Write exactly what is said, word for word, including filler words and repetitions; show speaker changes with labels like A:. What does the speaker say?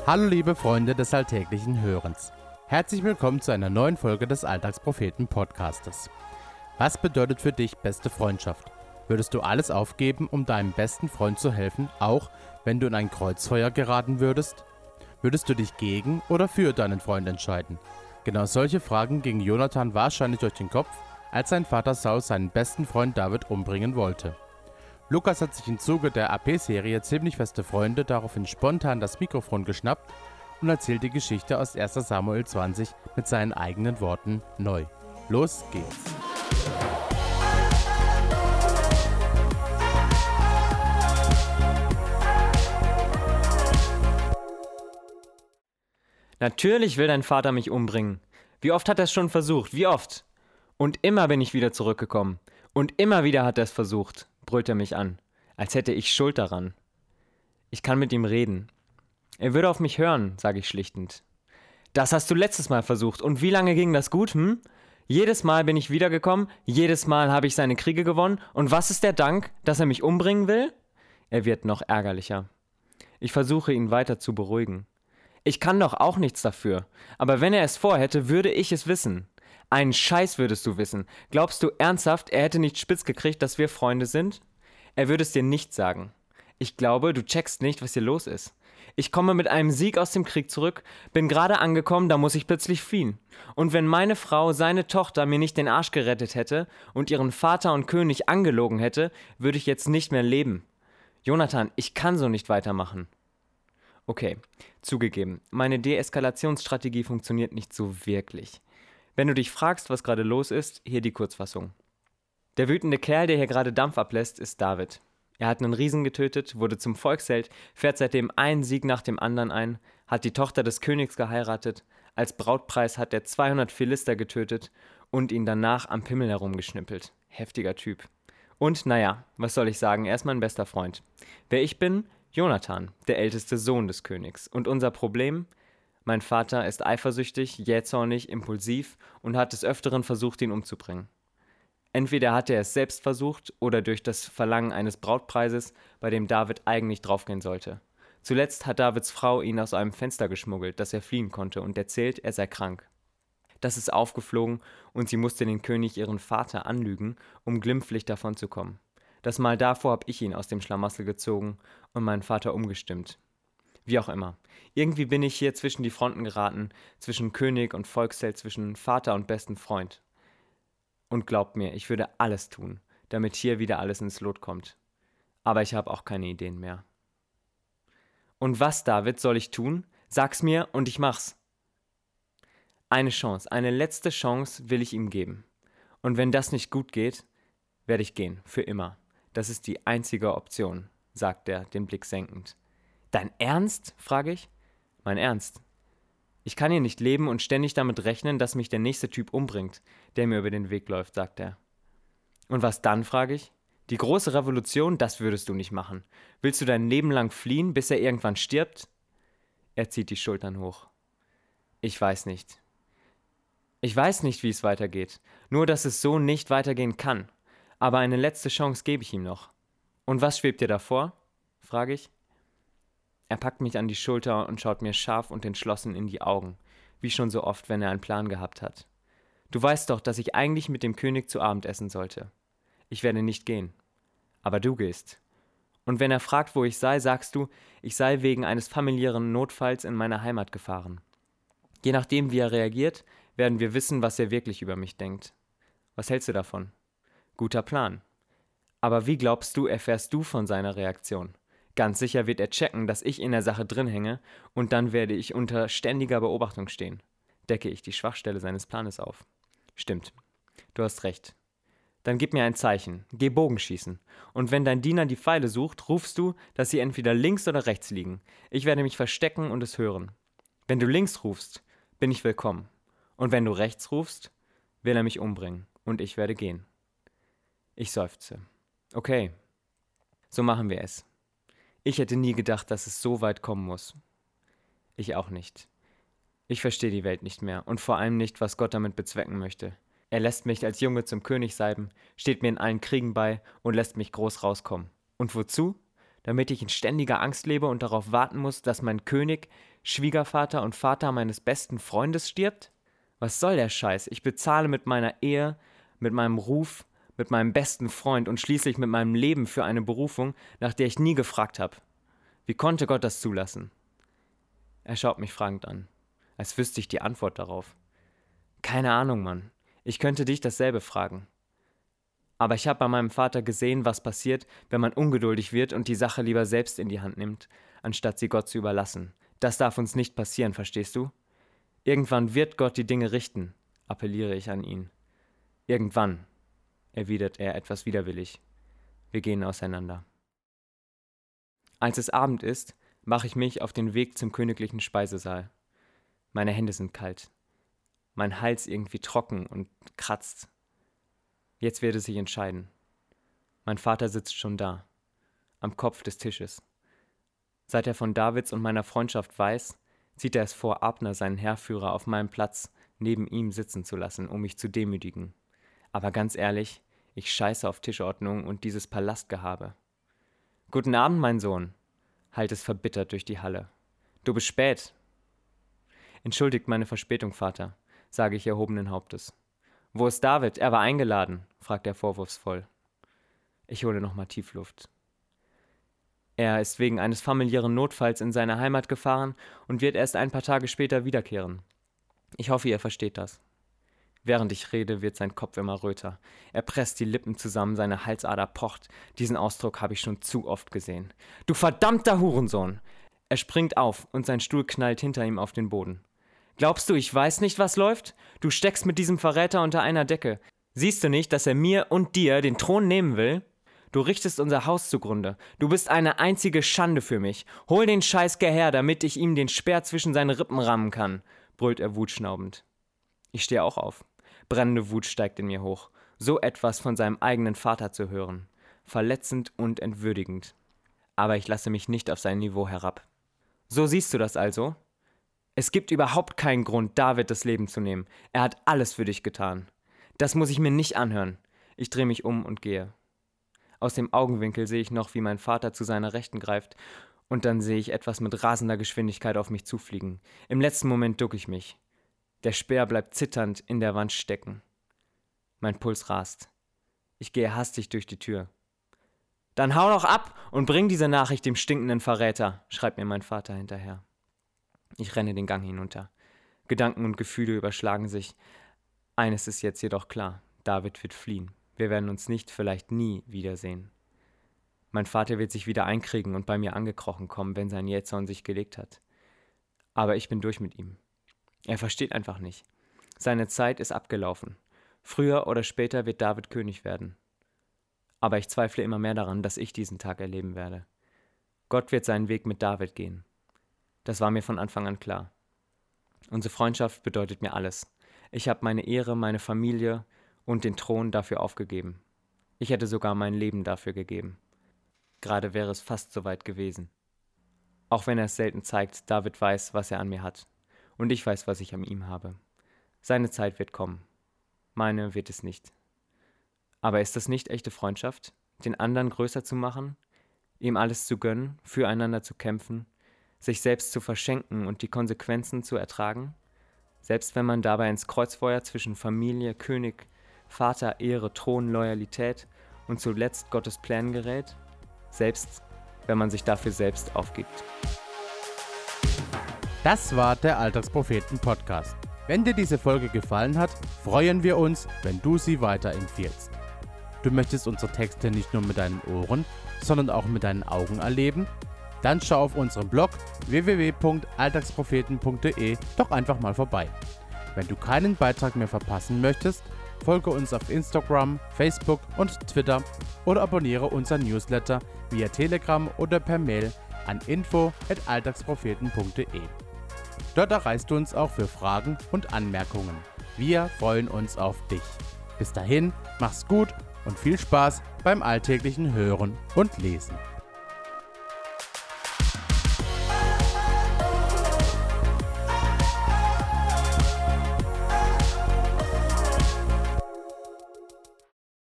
A: Hallo liebe Freunde des alltäglichen Hörens. Herzlich willkommen zu einer neuen Folge des Alltagspropheten-Podcastes. Was bedeutet für dich beste Freundschaft? Würdest du alles aufgeben, um deinem besten Freund zu helfen, auch wenn du in ein Kreuzfeuer geraten würdest? Würdest du dich gegen oder für deinen Freund entscheiden? Genau solche Fragen gingen Jonathan wahrscheinlich durch den Kopf, als sein Vater Saul seinen besten Freund David umbringen wollte. Lukas hat sich im Zuge der A P-Serie Ziemlich feste Freunde daraufhin spontan das Mikrofon geschnappt und erzählt die Geschichte aus erster Samuel zwanzig mit seinen eigenen Worten neu. Los geht's!
B: Natürlich will dein Vater mich umbringen. Wie oft hat er es schon versucht? Wie oft? Und immer bin ich wieder zurückgekommen. Und immer wieder hat er es versucht, brüllt er mich an, als hätte ich Schuld daran. Ich kann mit ihm reden. Er würde auf mich hören, sage ich schlichtend. Das hast du letztes Mal versucht. Und wie lange ging das gut, hm? Jedes Mal bin ich wiedergekommen, jedes Mal habe ich seine Kriege gewonnen. Und was ist der Dank, dass er mich umbringen will? Er wird noch ärgerlicher. Ich versuche ihn weiter zu beruhigen. Ich kann doch auch nichts dafür. Aber wenn er es vorhätte, würde ich es wissen. Einen Scheiß würdest du wissen. Glaubst du ernsthaft, er hätte nicht spitz gekriegt, dass wir Freunde sind? Er würde es dir nicht sagen. Ich glaube, du checkst nicht, was hier los ist. Ich komme mit einem Sieg aus dem Krieg zurück, bin gerade angekommen, da muss ich plötzlich fliehen. Und wenn meine Frau, seine Tochter, mir nicht den Arsch gerettet hätte und ihren Vater und König angelogen hätte, würde ich jetzt nicht mehr leben. Jonathan, ich kann so nicht weitermachen. Okay, zugegeben, meine Deeskalationsstrategie funktioniert nicht so wirklich. Wenn du dich fragst, was gerade los ist, hier die Kurzfassung. Der wütende Kerl, der hier gerade Dampf ablässt, ist David. Er hat einen Riesen getötet, wurde zum Volksheld, fährt seitdem einen Sieg nach dem anderen ein, hat die Tochter des Königs geheiratet, als Brautpreis hat er zweihundert Philister getötet und ihn danach am Pimmel herumgeschnippelt. Heftiger Typ. Und naja, was soll ich sagen, er ist mein bester Freund. Wer ich bin? Jonathan, der älteste Sohn des Königs. Und unser Problem? Mein Vater ist eifersüchtig, jähzornig, impulsiv und hat des Öfteren versucht, ihn umzubringen. Entweder hat er es selbst versucht oder durch das Verlangen eines Brautpreises, bei dem David eigentlich draufgehen sollte. Zuletzt hat Davids Frau ihn aus einem Fenster geschmuggelt, dass er fliehen konnte, und erzählt, er sei krank. Das ist aufgeflogen und sie musste den König, ihren Vater, anlügen, um glimpflich davonzukommen. Das Mal davor habe ich ihn aus dem Schlamassel gezogen und meinen Vater umgestimmt. Wie auch immer. Irgendwie bin ich hier zwischen die Fronten geraten, zwischen König und Volksheld, zwischen Vater und besten Freund. Und glaubt mir, ich würde alles tun, damit hier wieder alles ins Lot kommt. Aber ich habe auch keine Ideen mehr. Und was, David, soll ich tun? Sag's mir und ich mach's. Eine Chance, eine letzte Chance will ich ihm geben. Und wenn das nicht gut geht, werde ich gehen, für immer. Das ist die einzige Option, sagt er, den Blick senkend. Dein Ernst? Frage ich. Mein Ernst. Ich kann hier nicht leben und ständig damit rechnen, dass mich der nächste Typ umbringt, der mir über den Weg läuft, sagt er. Und was dann, frage ich. Die große Revolution, das würdest du nicht machen. Willst du dein Leben lang fliehen, bis er irgendwann stirbt? Er zieht die Schultern hoch. Ich weiß nicht. Ich weiß nicht, wie es weitergeht. Nur, dass es so nicht weitergehen kann. Aber eine letzte Chance gebe ich ihm noch. Und was schwebt dir davor? Frage ich. Er packt mich an die Schulter und schaut mir scharf und entschlossen in die Augen, wie schon so oft, wenn er einen Plan gehabt hat. Du weißt doch, dass ich eigentlich mit dem König zu Abend essen sollte. Ich werde nicht gehen. Aber du gehst. Und wenn er fragt, wo ich sei, sagst du, ich sei wegen eines familiären Notfalls in meine Heimat gefahren. Je nachdem, wie er reagiert, werden wir wissen, was er wirklich über mich denkt. Was hältst du davon? Guter Plan. Aber wie glaubst du, erfährst du von seiner Reaktion? Ganz sicher wird er checken, dass ich in der Sache drin hänge, und dann werde ich unter ständiger Beobachtung stehen. Decke ich die Schwachstelle seines Planes auf. Stimmt. Du hast recht. Dann gib mir ein Zeichen. Geh Bogenschießen. Und wenn dein Diener die Pfeile sucht, rufst du, dass sie entweder links oder rechts liegen. Ich werde mich verstecken und es hören. Wenn du links rufst, bin ich willkommen. Und wenn du rechts rufst, will er mich umbringen. Und ich werde gehen. Ich seufze. Okay. So machen wir es. Ich hätte nie gedacht, dass es so weit kommen muss. Ich auch nicht. Ich verstehe die Welt nicht mehr und vor allem nicht, was Gott damit bezwecken möchte. Er lässt mich als Junge zum König salben, steht mir in allen Kriegen bei und lässt mich groß rauskommen. Und wozu? Damit ich in ständiger Angst lebe und darauf warten muss, dass mein König, Schwiegervater und Vater meines besten Freundes stirbt? Was soll der Scheiß? Ich bezahle mit meiner Ehe, mit meinem Ruf, mit meinem besten Freund und schließlich mit meinem Leben für eine Berufung, nach der ich nie gefragt habe. Wie konnte Gott das zulassen? Er schaut mich fragend an, als wüsste ich die Antwort darauf. Keine Ahnung, Mann. Ich könnte dich dasselbe fragen. Aber ich habe bei meinem Vater gesehen, was passiert, wenn man ungeduldig wird und die Sache lieber selbst in die Hand nimmt, anstatt sie Gott zu überlassen. Das darf uns nicht passieren, verstehst du? Irgendwann wird Gott die Dinge richten, appelliere ich an ihn. Irgendwann, erwidert er etwas widerwillig. Wir gehen auseinander. Als es Abend ist, mache ich mich auf den Weg zum königlichen Speisesaal. Meine Hände sind kalt. Mein Hals irgendwie trocken und kratzt. Jetzt wird es sich entscheiden. Mein Vater sitzt schon da, am Kopf des Tisches. Seit er von Davids und meiner Freundschaft weiß, zieht er es vor, Abner, seinen Heerführer, auf meinem Platz neben ihm sitzen zu lassen, um mich zu demütigen. Aber ganz ehrlich, ich scheiße auf Tischordnung und dieses Palastgehabe. »Guten Abend, mein Sohn«, hallt es verbittert durch die Halle. »Du bist spät.« »Entschuldigt meine Verspätung, Vater«, sage ich erhobenen Hauptes. »Wo ist David? Er war eingeladen«, fragt er vorwurfsvoll. Ich hole nochmal Tiefluft. Er ist wegen eines familiären Notfalls in seine Heimat gefahren und wird erst ein paar Tage später wiederkehren. Ich hoffe, ihr versteht das. Während ich rede, wird sein Kopf immer röter. Er presst die Lippen zusammen, seine Halsader pocht. Diesen Ausdruck habe ich schon zu oft gesehen. »Du verdammter Hurensohn!« Er springt auf und sein Stuhl knallt hinter ihm auf den Boden. »Glaubst du, ich weiß nicht, was läuft? Du steckst mit diesem Verräter unter einer Decke. Siehst du nicht, dass er mir und dir den Thron nehmen will? Du richtest unser Haus zugrunde. Du bist eine einzige Schande für mich. Hol den Scheißker her, damit ich ihm den Speer zwischen seine Rippen rammen kann«, brüllt er wutschnaubend. Ich stehe auch auf. Brennende Wut steigt in mir hoch. So etwas von seinem eigenen Vater zu hören. Verletzend und entwürdigend. Aber ich lasse mich nicht auf sein Niveau herab. »So siehst du das also? Es gibt überhaupt keinen Grund, David das Leben zu nehmen. Er hat alles für dich getan. Das muss ich mir nicht anhören.« Ich drehe mich um und gehe. Aus dem Augenwinkel sehe ich noch, wie mein Vater zu seiner Rechten greift, und dann sehe ich etwas mit rasender Geschwindigkeit auf mich zufliegen. Im letzten Moment ducke ich mich. Der Speer bleibt zitternd in der Wand stecken. Mein Puls rast. Ich gehe hastig durch die Tür. »Dann hau doch ab und bring diese Nachricht dem stinkenden Verräter«, schreit mir mein Vater hinterher. Ich renne den Gang hinunter. Gedanken und Gefühle überschlagen sich. Eines ist jetzt jedoch klar: David wird fliehen. Wir werden uns nicht, vielleicht nie wiedersehen. Mein Vater wird sich wieder einkriegen und bei mir angekrochen kommen, wenn sein Jähzorn sich gelegt hat. Aber ich bin durch mit ihm. Er versteht einfach nicht. Seine Zeit ist abgelaufen. Früher oder später wird David König werden. Aber ich zweifle immer mehr daran, dass ich diesen Tag erleben werde. Gott wird seinen Weg mit David gehen. Das war mir von Anfang an klar. Unsere Freundschaft bedeutet mir alles. Ich habe meine Ehre, meine Familie und den Thron dafür aufgegeben. Ich hätte sogar mein Leben dafür gegeben. Gerade wäre es fast soweit gewesen. Auch wenn er es selten zeigt, David weiß, was er an mir hat. Und ich weiß, was ich an ihm habe. Seine Zeit wird kommen. Meine wird es nicht. Aber ist das nicht echte Freundschaft? Den anderen größer zu machen? Ihm alles zu gönnen? Füreinander zu kämpfen? Sich selbst zu verschenken und die Konsequenzen zu ertragen? Selbst wenn man dabei ins Kreuzfeuer zwischen Familie, König, Vater, Ehre, Thron, Loyalität und zuletzt Gottes Plänen gerät? Selbst wenn man sich dafür selbst aufgibt.
A: Das war der Alltagspropheten-Podcast. Wenn dir diese Folge gefallen hat, freuen wir uns, wenn du sie weiterempfiehlst. Du möchtest unsere Texte nicht nur mit deinen Ohren, sondern auch mit deinen Augen erleben? Dann schau auf unserem Blog w w w punkt alltagspropheten punkt d e doch einfach mal vorbei. Wenn du keinen Beitrag mehr verpassen möchtest, folge uns auf Instagram, Facebook und Twitter oder abonniere unseren Newsletter via Telegram oder per Mail an info at alltagspropheten punkt d e. Dort erreichst du uns auch für Fragen und Anmerkungen. Wir freuen uns auf dich. Bis dahin, mach's gut und viel Spaß beim alltäglichen Hören und Lesen.